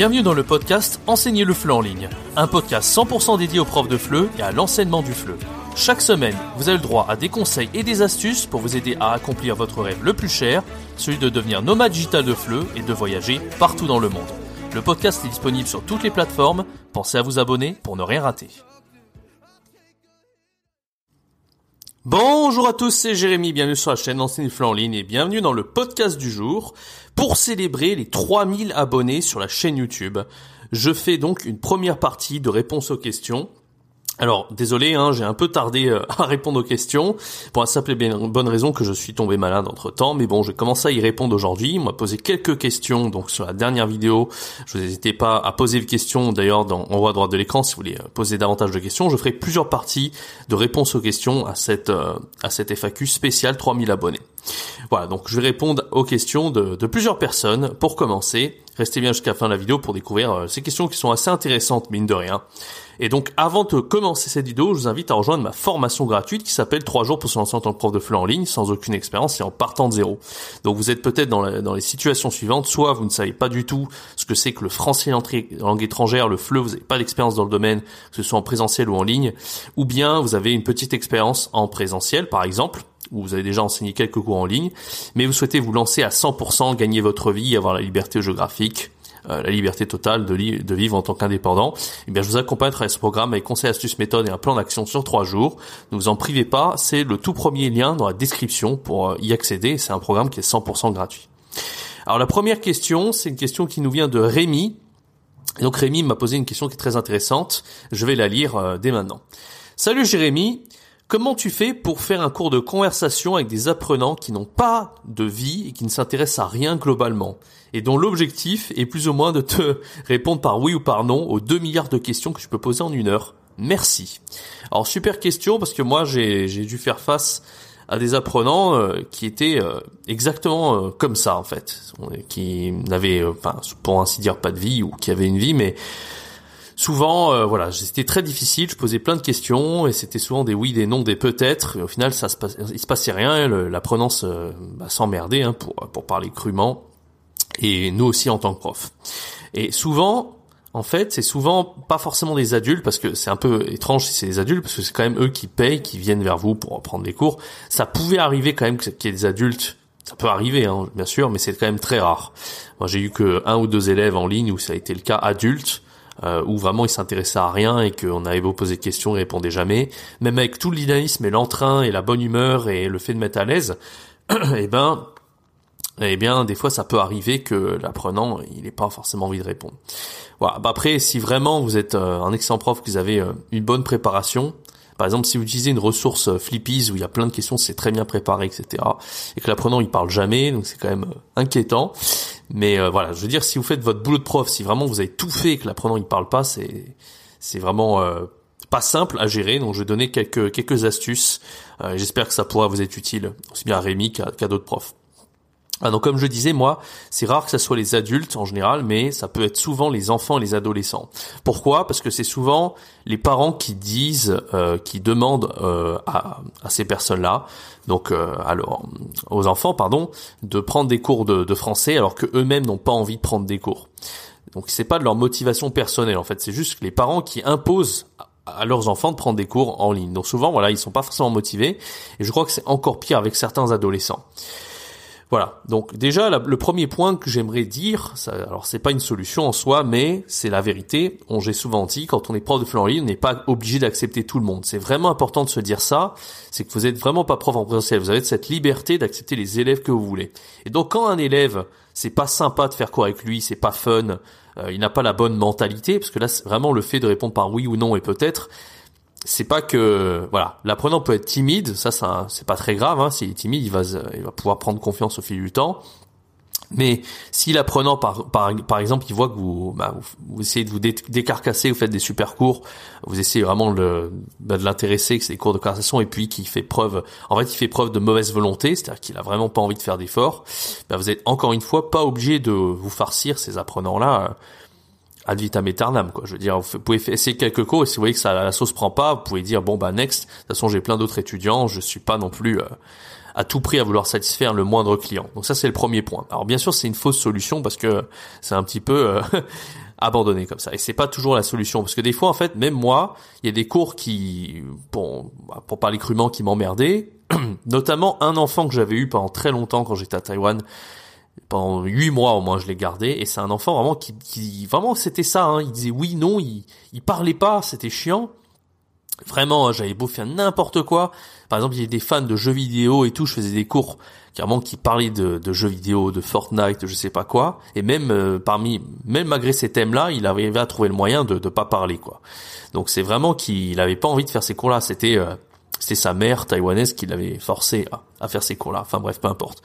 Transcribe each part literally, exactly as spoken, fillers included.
Bienvenue dans le podcast Enseigner le F L E en ligne, un podcast cent pour cent dédié aux profs de F L E et à l'enseignement du F L E. Chaque semaine, vous avez le droit à des conseils et des astuces pour vous aider à accomplir votre rêve le plus cher, celui de devenir nomade digital de F L E et de voyager partout dans le monde. Le podcast est disponible sur toutes les plateformes, pensez à vous abonner pour ne rien rater. Bonjour à tous, c'est Jérémy, bienvenue sur la chaîne Enseigner le F L E en ligne et bienvenue dans le podcast du jour pour célébrer les trois mille abonnés sur la chaîne YouTube. Je fais donc une première partie de réponse aux questions. Alors, désolé, hein, j'ai un peu tardé euh, à répondre aux questions, pour la simple et bien bonne raison que je suis tombé malade entre-temps, mais bon, j'ai commencé à y répondre aujourd'hui. On m'a posé quelques questions, donc sur la dernière vidéo, je vous n'hésitez pas à poser des questions, d'ailleurs, dans, en haut à droite de l'écran, si vous voulez poser davantage de questions. Je ferai plusieurs parties de réponse aux questions à cette, euh, à cette F A Q spéciale trois mille abonnés. Voilà, donc je vais répondre aux questions de, de plusieurs personnes. Pour commencer, restez bien jusqu'à la fin de la vidéo pour découvrir euh, ces questions qui sont assez intéressantes, mine de rien. Et donc, avant de commencer cette vidéo, je vous invite à rejoindre ma formation gratuite qui s'appelle trois jours pour se lancer en tant que prof de F L E en ligne, sans aucune expérience et en partant de zéro. Donc, vous êtes peut-être dans, la, dans les situations suivantes, soit vous ne savez pas du tout ce que c'est que le français en langue étrangère, le F L E, vous n'avez pas d'expérience dans le domaine, que ce soit en présentiel ou en ligne, ou bien vous avez une petite expérience en présentiel, par exemple, où vous avez déjà enseigné quelques cours en ligne, mais vous souhaitez vous lancer à cent pour cent, gagner votre vie, avoir la liberté géographique, Euh, la liberté totale de, li- de vivre en tant qu'indépendant, eh bien je vous accompagne à travers ce programme avec conseils, astuces, méthodes et un plan d'action sur trois jours. Ne vous en privez pas, c'est le tout premier lien dans la description pour euh, y accéder. C'est un programme qui est cent pour cent gratuit. Alors la première question, c'est une question qui nous vient de Rémi. Et donc Rémi m'a posé une question qui est très intéressante. Je vais la lire euh, dès maintenant. Salut Jérémy, comment tu fais pour faire un cours de conversation avec des apprenants qui n'ont pas de vie et qui ne s'intéressent à rien globalement et dont l'objectif est plus ou moins de te répondre par oui ou par non aux deux milliards de questions que tu peux poser en une heure? Merci. Alors super question parce que moi j'ai, j'ai dû faire face à des apprenants euh, qui étaient euh, exactement euh, comme ça en fait, qui n'avaient, euh, enfin, pour ainsi dire, pas de vie ou qui avaient une vie, mais souvent, euh, voilà, c'était très difficile. Je posais plein de questions et c'était souvent des oui, des non, des peut-être. Et au final, ça se passe, il se passait rien. Le, l'apprenant se, bah, s'emmerdait, hein, pour pour parler crûment. Et nous aussi en tant que prof. Et souvent, en fait, c'est souvent pas forcément des adultes, parce que c'est un peu étrange si c'est des adultes, parce que c'est quand même eux qui payent, qui viennent vers vous pour prendre des cours. Ça pouvait arriver quand même qu'il y ait des adultes. Ça peut arriver, hein, bien sûr, mais c'est quand même très rare. Moi, j'ai eu que un ou deux élèves en ligne où ça a été le cas adultes. Euh, où vraiment ils s'intéressaient à rien et qu'on avait beau poser des questions, ils répondaient jamais. Même avec tout le dynamisme et l'entrain et la bonne humeur et le fait de mettre à l'aise, eh ben, eh bien, des fois ça peut arriver que l'apprenant, il n'ait pas forcément envie de répondre. Voilà. Bah, après, si vraiment vous êtes euh, un excellent prof, que vous avez euh, une bonne préparation, par exemple, si vous utilisez une ressource euh, Flippies où il y a plein de questions, c'est très bien préparé, et cetera, et que l'apprenant il parle jamais, donc c'est quand même euh, inquiétant. Mais euh, voilà, je veux dire, si vous faites votre boulot de prof, si vraiment vous avez tout fait et que l'apprenant il parle pas, c'est c'est vraiment euh, pas simple à gérer. Donc je vais donner quelques quelques astuces. Euh, j'espère que ça pourra vous être utile, aussi bien à Rémi qu'à, qu'à d'autres profs. Ah, donc comme je disais, moi, c'est rare que ça soit les adultes en général, mais ça peut être souvent les enfants et les adolescents. Pourquoi ? Parce que c'est souvent les parents qui disent, euh, qui demandent euh, à, à ces personnes-là, donc euh, alors aux enfants, pardon, de prendre des cours de, de français alors que eux-mêmes n'ont pas envie de prendre des cours. Donc c'est pas de leur motivation personnelle en fait, c'est juste les parents qui imposent à leurs enfants de prendre des cours en ligne. Donc souvent, voilà, ils sont pas forcément motivés, et je crois que c'est encore pire avec certains adolescents. Voilà. Donc déjà, la, le premier point que j'aimerais dire, ça, alors c'est pas une solution en soi, mais c'est la vérité. On, j'ai souvent dit, quand on est prof de F L E en ligne, on n'est pas obligé d'accepter tout le monde. C'est vraiment important de se dire ça. C'est que vous êtes vraiment pas prof en présentiel. Vous avez cette liberté d'accepter les élèves que vous voulez. Et donc quand un élève, c'est pas sympa de faire cours avec lui, c'est pas fun, euh, il n'a pas la bonne mentalité, parce que là, c'est vraiment le fait de répondre par oui ou non et peut-être. C'est pas que, voilà, l'apprenant peut être timide, ça, ça c'est pas très grave, hein. S'il est timide, il va, il va pouvoir prendre confiance au fil du temps. Mais si l'apprenant, par, par, par exemple, il voit que vous, bah, vous, vous essayez de vous dé- décarcasser, vous faites des super cours, vous essayez vraiment de, bah, de l'intéresser, que c'est des cours de conversation, et puis qu'il fait preuve, en fait, il fait preuve de mauvaise volonté, c'est-à-dire qu'il a vraiment pas envie de faire d'efforts, bah, vous êtes encore une fois pas obligé de vous farcir ces apprenants-là, ad vitam aeternam, quoi. Je veux dire, vous pouvez essayer quelques cours et si vous voyez que ça, la sauce prend pas, vous pouvez dire bon bah next. De toute façon, j'ai plein d'autres étudiants, je suis pas non plus euh, à tout prix à vouloir satisfaire le moindre client. Donc ça, c'est le premier point. Alors bien sûr, c'est une fausse solution parce que c'est un petit peu euh, abandonner comme ça. Et c'est pas toujours la solution, parce que des fois, en fait, même moi, il y a des cours qui, bon, pour parler crûment, qui m'emmerdaient. Notamment un enfant que j'avais eu pendant très longtemps quand j'étais à Taïwan. Pendant huit mois au moins, je l'ai gardé. Et c'est un enfant vraiment qui, qui vraiment, c'était ça. Hein, il disait oui, non, il, il parlait pas, c'était chiant. Vraiment, hein, j'avais beau faire n'importe quoi. Par exemple, il y avait des fans de jeux vidéo et tout. Je faisais des cours carrément qui parlaient de, de jeux vidéo, de Fortnite, de je sais pas quoi. Et même euh, parmi, même malgré ces thèmes-là, il arrivait à trouver le moyen de de pas parler, quoi. Donc c'est vraiment qu'il avait pas envie de faire ces cours-là. C'était euh, c'était sa mère taïwanaise qui l'avait forcé à, à faire ces cours-là. Enfin bref, peu importe.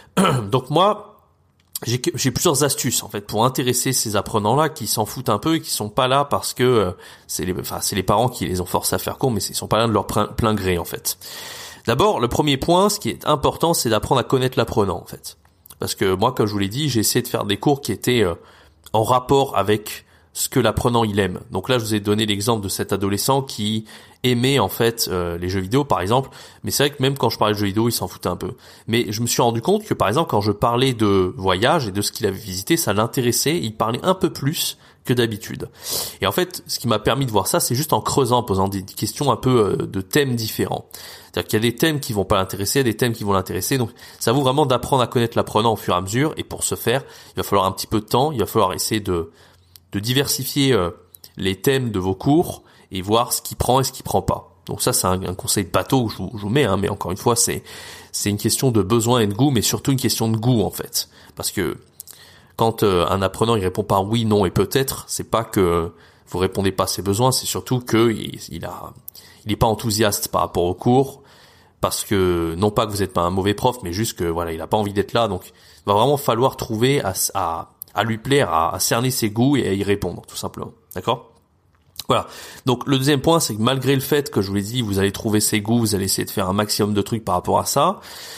Donc moi. J'ai, j'ai plusieurs astuces en fait pour intéresser ces apprenants-là qui s'en foutent un peu et qui sont pas là parce que euh, c'est les, enfin c'est les parents qui les ont forcés à faire cours, mais ils sont pas là de leur plein, plein gré en fait. D'abord, le premier point, ce qui est important, c'est d'apprendre à connaître l'apprenant en fait, parce que moi, comme je vous l'ai dit, j'ai essayé de faire des cours qui étaient euh, en rapport avec ce que l'apprenant il aime. Donc là, je vous ai donné l'exemple de cet adolescent qui aimait en fait euh, les jeux vidéo par exemple, mais c'est vrai que même quand je parlais de jeux vidéo, il s'en foutait un peu. Mais je me suis rendu compte que par exemple quand je parlais de voyage et de ce qu'il avait visité, ça l'intéressait, il parlait un peu plus que d'habitude. Et en fait, ce qui m'a permis de voir ça, c'est juste en creusant, en posant des questions un peu euh, de thèmes différents. C'est-à-dire qu'il y a des thèmes qui vont pas l'intéresser, des thèmes qui vont l'intéresser. Donc ça vaut vraiment d'apprendre à connaître l'apprenant au fur et à mesure, et pour ce faire, il va falloir un petit peu de temps, il va falloir essayer de de diversifier euh, les thèmes de vos cours et voir ce qui prend et ce qui prend pas. Donc ça, c'est un, un conseil de bateau que je vous, je vous mets, hein, mais encore une fois, c'est c'est une question de besoin et de goût, mais surtout une question de goût en fait. Parce que quand euh, un apprenant il répond par oui, non et peut-être, c'est pas que vous répondez pas à ses besoins, c'est surtout que il, il a il est pas enthousiaste par rapport au cours, parce que non pas que vous êtes pas un mauvais prof, mais juste que voilà, il a pas envie d'être là. Donc il va vraiment falloir trouver à, à à lui plaire, à, à cerner ses goûts et à y répondre, tout simplement. D'accord ? Voilà. Donc le deuxième point, c'est que malgré le fait que je vous l'ai dit, vous allez trouver ses goûts, vous allez essayer de faire un maximum de trucs par rapport à ça,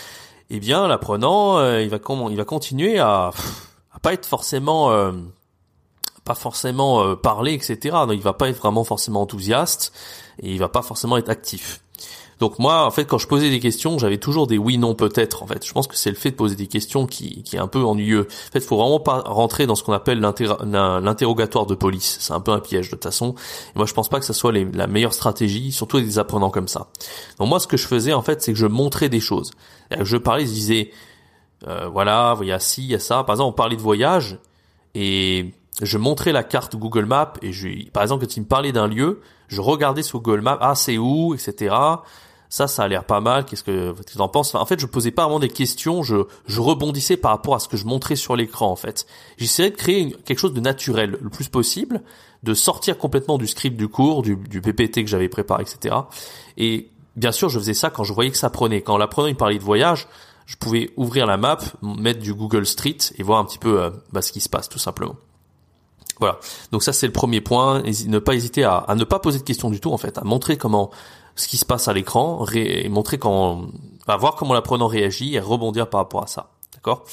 eh bien l'apprenant, euh, il va comment, il va continuer à, à pas être forcément, euh, pas forcément euh, parler, et cetera. Donc il va pas être vraiment forcément enthousiaste et il va pas forcément être actif. Donc moi, en fait, quand je posais des questions, j'avais toujours des oui, non, peut-être. En fait, je pense que c'est le fait de poser des questions qui, qui est un peu ennuyeux. En fait, il faut vraiment pas rentrer dans ce qu'on appelle l'inter- l'interrogatoire de police. C'est un peu un piège de toute façon. Et moi, je pense pas que ça soit les, la meilleure stratégie, surtout avec des apprenants comme ça. Donc moi, ce que je faisais, en fait, c'est que je montrais des choses. Je parlais, je disais, euh, voilà, il y a ci, il y a ça. Par exemple, on parlait de voyage et je montrais la carte Google Maps et je, par exemple, quand il me parlait d'un lieu, je regardais sur Google Maps, ah, c'est où, et cetera. Ça, ça a l'air pas mal. Qu'est-ce que tu en penses? Enfin, en fait, je posais pas vraiment des questions. Je, je rebondissais par rapport à ce que je montrais sur l'écran. En fait, j'essayais de créer une, quelque chose de naturel le plus possible, de sortir complètement du script du cours, du, du P P T que j'avais préparé, et cetera. Et bien sûr, je faisais ça quand je voyais que ça prenait. Quand l'apprenant il parlait de voyage, je pouvais ouvrir la map, mettre du Google Street et voir un petit peu euh, bah, ce qui se passe, tout simplement. Voilà. Donc ça, c'est le premier point. Ne pas hésiter à, à ne pas poser de questions du tout, en fait, à montrer comment ce qui se passe à l'écran, ré, et montrer quand, à voir comment l'apprenant réagit et rebondir par rapport à ça. D'accord?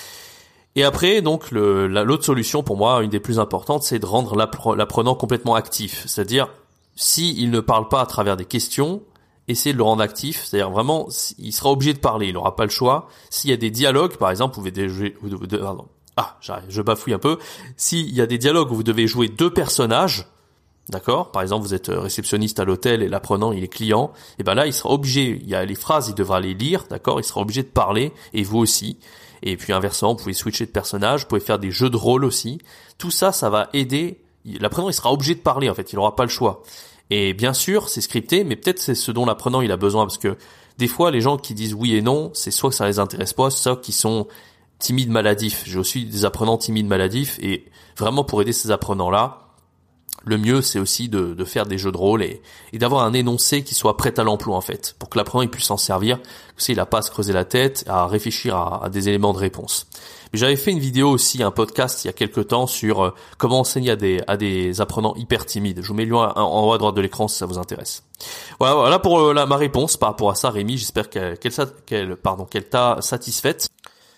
Et après, donc, le, la, l'autre solution pour moi, une des plus importantes, c'est de rendre l'apprenant complètement actif. C'est-à-dire, s'il ne parle pas à travers des questions, essayez de le rendre actif. C'est-à-dire vraiment, il sera obligé de parler, il n'aura pas le choix. S'il y a des dialogues, par exemple, vous devez jouer, vous devez, pardon. Ah, j'arrive, je bafouille un peu. S'il y a des dialogues où vous devez jouer deux personnages, d'accord? Par exemple, vous êtes réceptionniste à l'hôtel et l'apprenant, il est client. Et ben là, il sera obligé, il y a les phrases, il devra les lire, d'accord? Il sera obligé de parler, et vous aussi. Et puis inversement, vous pouvez switcher de personnage, vous pouvez faire des jeux de rôle aussi. Tout ça, ça va aider. L'apprenant, il sera obligé de parler, en fait, il n'aura pas le choix. Et bien sûr, c'est scripté, mais peut-être c'est ce dont l'apprenant, il a besoin, parce que des fois, les gens qui disent oui et non, c'est soit que ça les intéresse pas, soit qu'ils sont timides maladifs. J'ai aussi des apprenants timides maladifs, et vraiment pour aider ces apprenants-là, le mieux, c'est aussi de, de faire des jeux de rôle et, et d'avoir un énoncé qui soit prêt à l'emploi, en fait, pour que l'apprenant il puisse s'en servir, parce qu'il n'a pas à se creuser la tête, à réfléchir à, à des éléments de réponse. Mais j'avais fait une vidéo aussi, un podcast il y a quelques temps sur euh, comment enseigner à des, à des apprenants hyper timides. Je vous mets le lien en, en haut à droite de l'écran si ça vous intéresse. Voilà, voilà pour euh, la, ma réponse par rapport à ça, Rémi. J'espère qu'elle, qu'elle, qu'elle, pardon, qu'elle t'a satisfaite.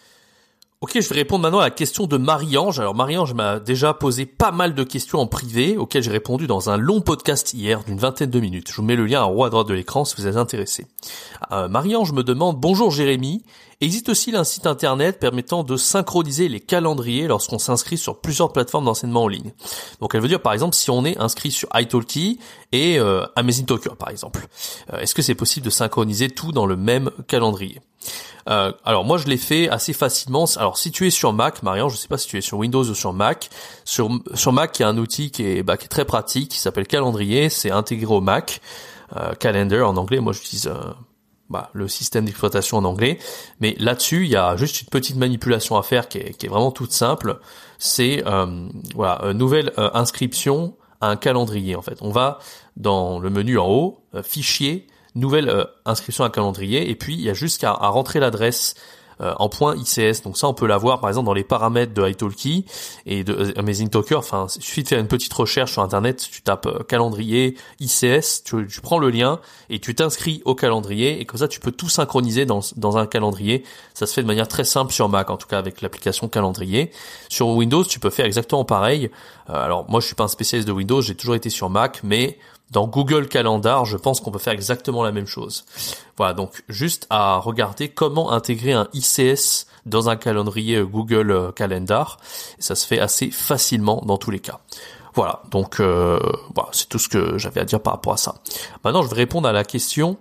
Ok, je vais répondre maintenant à la question de Marie-Ange. Alors Marie-Ange m'a déjà posé pas mal de questions en privé, auxquelles j'ai répondu dans un long podcast hier d'une vingtaine de minutes. Je vous mets le lien en haut à droite de l'écran si vous êtes intéressé. Euh, Marie-Ange me demande « Bonjour Jérémy, Il existe aussi un site internet permettant de synchroniser les calendriers lorsqu'on s'inscrit sur plusieurs plateformes d'enseignement en ligne. Donc elle veut dire par exemple si on est inscrit sur italki et euh, Amazing Talker par exemple. Euh, est-ce que c'est possible de synchroniser tout dans le même calendrier ? Euh, alors moi je l'ai fait assez facilement. Alors si tu es sur Mac, Marianne, je sais pas si tu es sur Windows ou sur Mac. Sur sur Mac, il y a un outil qui est, bah, qui est très pratique, qui s'appelle Calendrier. C'est intégré au Mac. Euh, Calendar en anglais. Moi j'utilise euh, bah, le système d'exploitation en anglais. Mais là-dessus, il y a juste une petite manipulation à faire qui est, qui est vraiment toute simple. C'est euh, voilà, une nouvelle euh, inscription à un calendrier en fait. On va dans le menu en haut, euh, fichier, nouvelle euh, inscription à un calendrier, et puis il y a juste qu'à à rentrer l'adresse euh, en .I C S. Donc ça, on peut l'avoir par exemple dans les paramètres de italki et de euh, Amazing Talker. Enfin, il suffit de faire une petite recherche sur internet, tu tapes euh, calendrier I C S, tu, tu prends le lien et tu t'inscris au calendrier, et comme ça tu peux tout synchroniser dans dans un calendrier. Ça se fait de manière très simple sur Mac, en tout cas avec l'application calendrier. Sur Windows, tu peux faire exactement pareil. Euh, alors moi je suis pas un spécialiste de Windows, j'ai toujours été sur Mac, mais dans Google Calendar, je pense qu'on peut faire exactement la même chose. Voilà, donc juste à regarder comment intégrer un I C S dans un calendrier Google Calendar. Et ça se fait assez facilement dans tous les cas. Voilà, donc euh, voilà, c'est tout ce que j'avais à dire par rapport à ça. Maintenant, je vais répondre à la question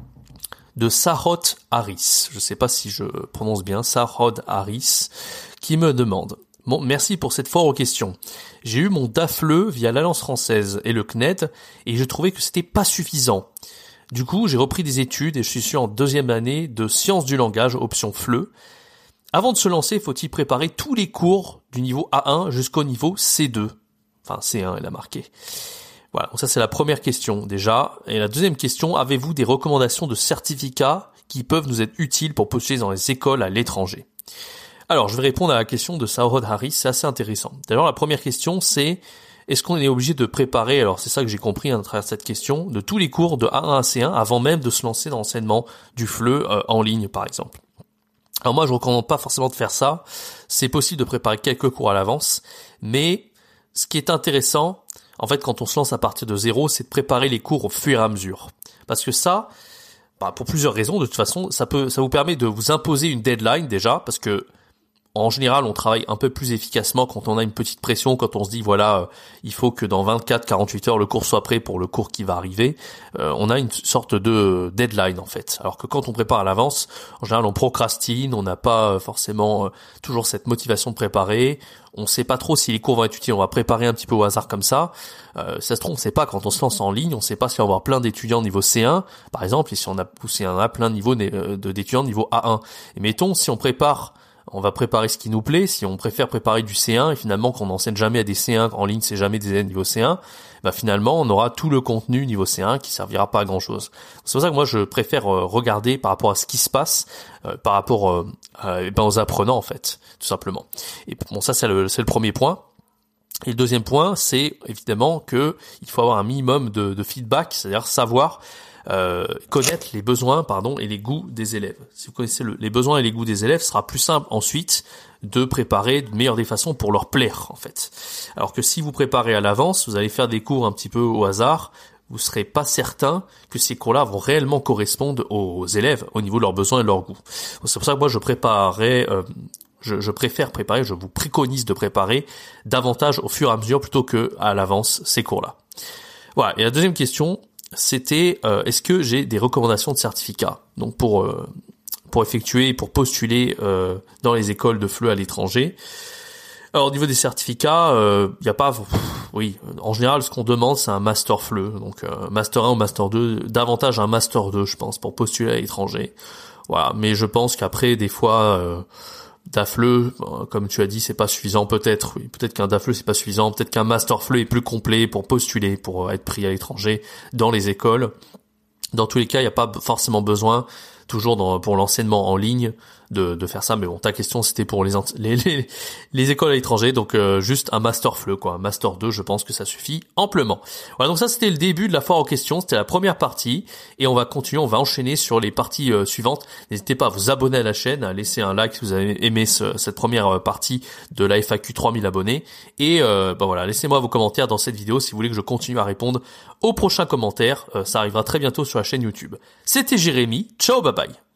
de Sarot Harris. Je ne sais pas si je prononce bien, Sarot Harris, qui me demande: bon, merci pour cette foire aux questions. J'ai eu mon D A F L E via l'Alliance française et le C N E D, et je trouvais que c'était pas suffisant. Du coup, j'ai repris des études et je suis en deuxième année de sciences du langage, option F L E. Avant de se lancer, faut-il préparer tous les cours du niveau A un jusqu'au niveau C deux? Enfin, C un, elle a marqué. Voilà, donc ça c'est la première question déjà. Et la deuxième question, avez-vous des recommandations de certificats qui peuvent nous être utiles pour postuler dans les écoles à l'étranger? Alors, je vais répondre à la question de Sarod Harris, c'est assez intéressant. D'ailleurs, la première question, c'est est-ce qu'on est obligé de préparer, alors c'est ça que j'ai compris à travers cette question, de tous les cours de A un à C un avant même de se lancer dans l'enseignement du F L E euh, en ligne, par exemple? Alors moi, je recommande pas forcément de faire ça. C'est possible de préparer quelques cours à l'avance, mais ce qui est intéressant, en fait, quand on se lance à partir de zéro, c'est de préparer les cours au fur et à mesure. Parce que ça, bah, pour plusieurs raisons, de toute façon, ça peut, ça vous permet de vous imposer une deadline déjà, parce que en général, on travaille un peu plus efficacement quand on a une petite pression, quand on se dit voilà, euh, il faut que dans vingt-quatre à quarante-huit heures le cours soit prêt pour le cours qui va arriver. Euh, on a une sorte de deadline en fait. Alors que quand on prépare à l'avance, en général, on procrastine, on n'a pas forcément euh, toujours cette motivation de préparer. On sait pas trop si les cours vont être utiles. On va préparer un petit peu au hasard comme ça. Euh, ça se trouve, on sait pas quand on se lance en ligne, on sait pas si on va avoir plein d'étudiants niveau C un, par exemple, et si on a poussé un a plein de niveaux d'étudiants niveau A un. Et mettons, si on prépare on va préparer ce qui nous plaît. Si on préfère préparer du C un et finalement qu'on n'enseigne jamais à des C un en ligne, c'est jamais des élèves niveau C un, bah finalement on aura tout le contenu niveau C un qui servira pas à grand chose. C'est pour ça que moi je préfère regarder par rapport à ce qui se passe, euh, par rapport euh, à, ben aux apprenants en fait, tout simplement. Et bon, ça c'est le, c'est le premier point. Et le deuxième point, c'est évidemment que il faut avoir un minimum de, de feedback, c'est-à-dire savoir Euh, connaître les besoins pardon et les goûts des élèves. Si vous connaissez le, les besoins et les goûts des élèves, ce sera plus simple ensuite de préparer de meilleure des façons pour leur plaire en fait. Alors que si vous préparez à l'avance, vous allez faire des cours un petit peu au hasard, vous serez pas certain que ces cours-là vont réellement correspondre aux élèves au niveau de leurs besoins et de leurs goûts. C'est pour ça que moi je préparerai euh, Je, je préfère préparer, je vous préconise de préparer davantage au fur et à mesure plutôt que à l'avance ces cours-là. Voilà. Et la deuxième question, c'était euh, est-ce que j'ai des recommandations de certificats donc pour euh, pour effectuer pour postuler euh, dans les écoles de F L E à l'étranger. Alors au niveau des certificats, il euh, y a pas pff, oui, en général ce qu'on demande c'est un master F L E, donc euh, master un ou master deux, davantage un master deux je pense pour postuler à l'étranger. Voilà, mais je pense qu'après des fois euh, D A F L E, comme tu as dit, c'est pas suffisant, peut-être, oui, peut-être qu'un D A F L E c'est pas suffisant, peut-être qu'un Master F L E est plus complet pour postuler, pour être pris à l'étranger, dans les écoles. Dans tous les cas, il n'y a pas forcément besoin, toujours dans, pour l'enseignement en ligne, de, de faire ça, mais bon, ta question c'était pour les les, les, les écoles à l'étranger, donc euh, juste un Master F L E, quoi, un Master deux, je pense que ça suffit amplement. Voilà, donc ça c'était le début de la foire aux questions, c'était la première partie, et on va continuer, on va enchaîner sur les parties euh, suivantes. N'hésitez pas à vous abonner à la chaîne, à laisser un like si vous avez aimé ce, cette première partie de la F A Q trois mille abonnés, et euh, ben voilà, laissez-moi vos commentaires dans cette vidéo si vous voulez que je continue à répondre aux prochains commentaires, euh, ça arrivera très bientôt sur la chaîne YouTube. C'était Jérémy, ciao, bye bye.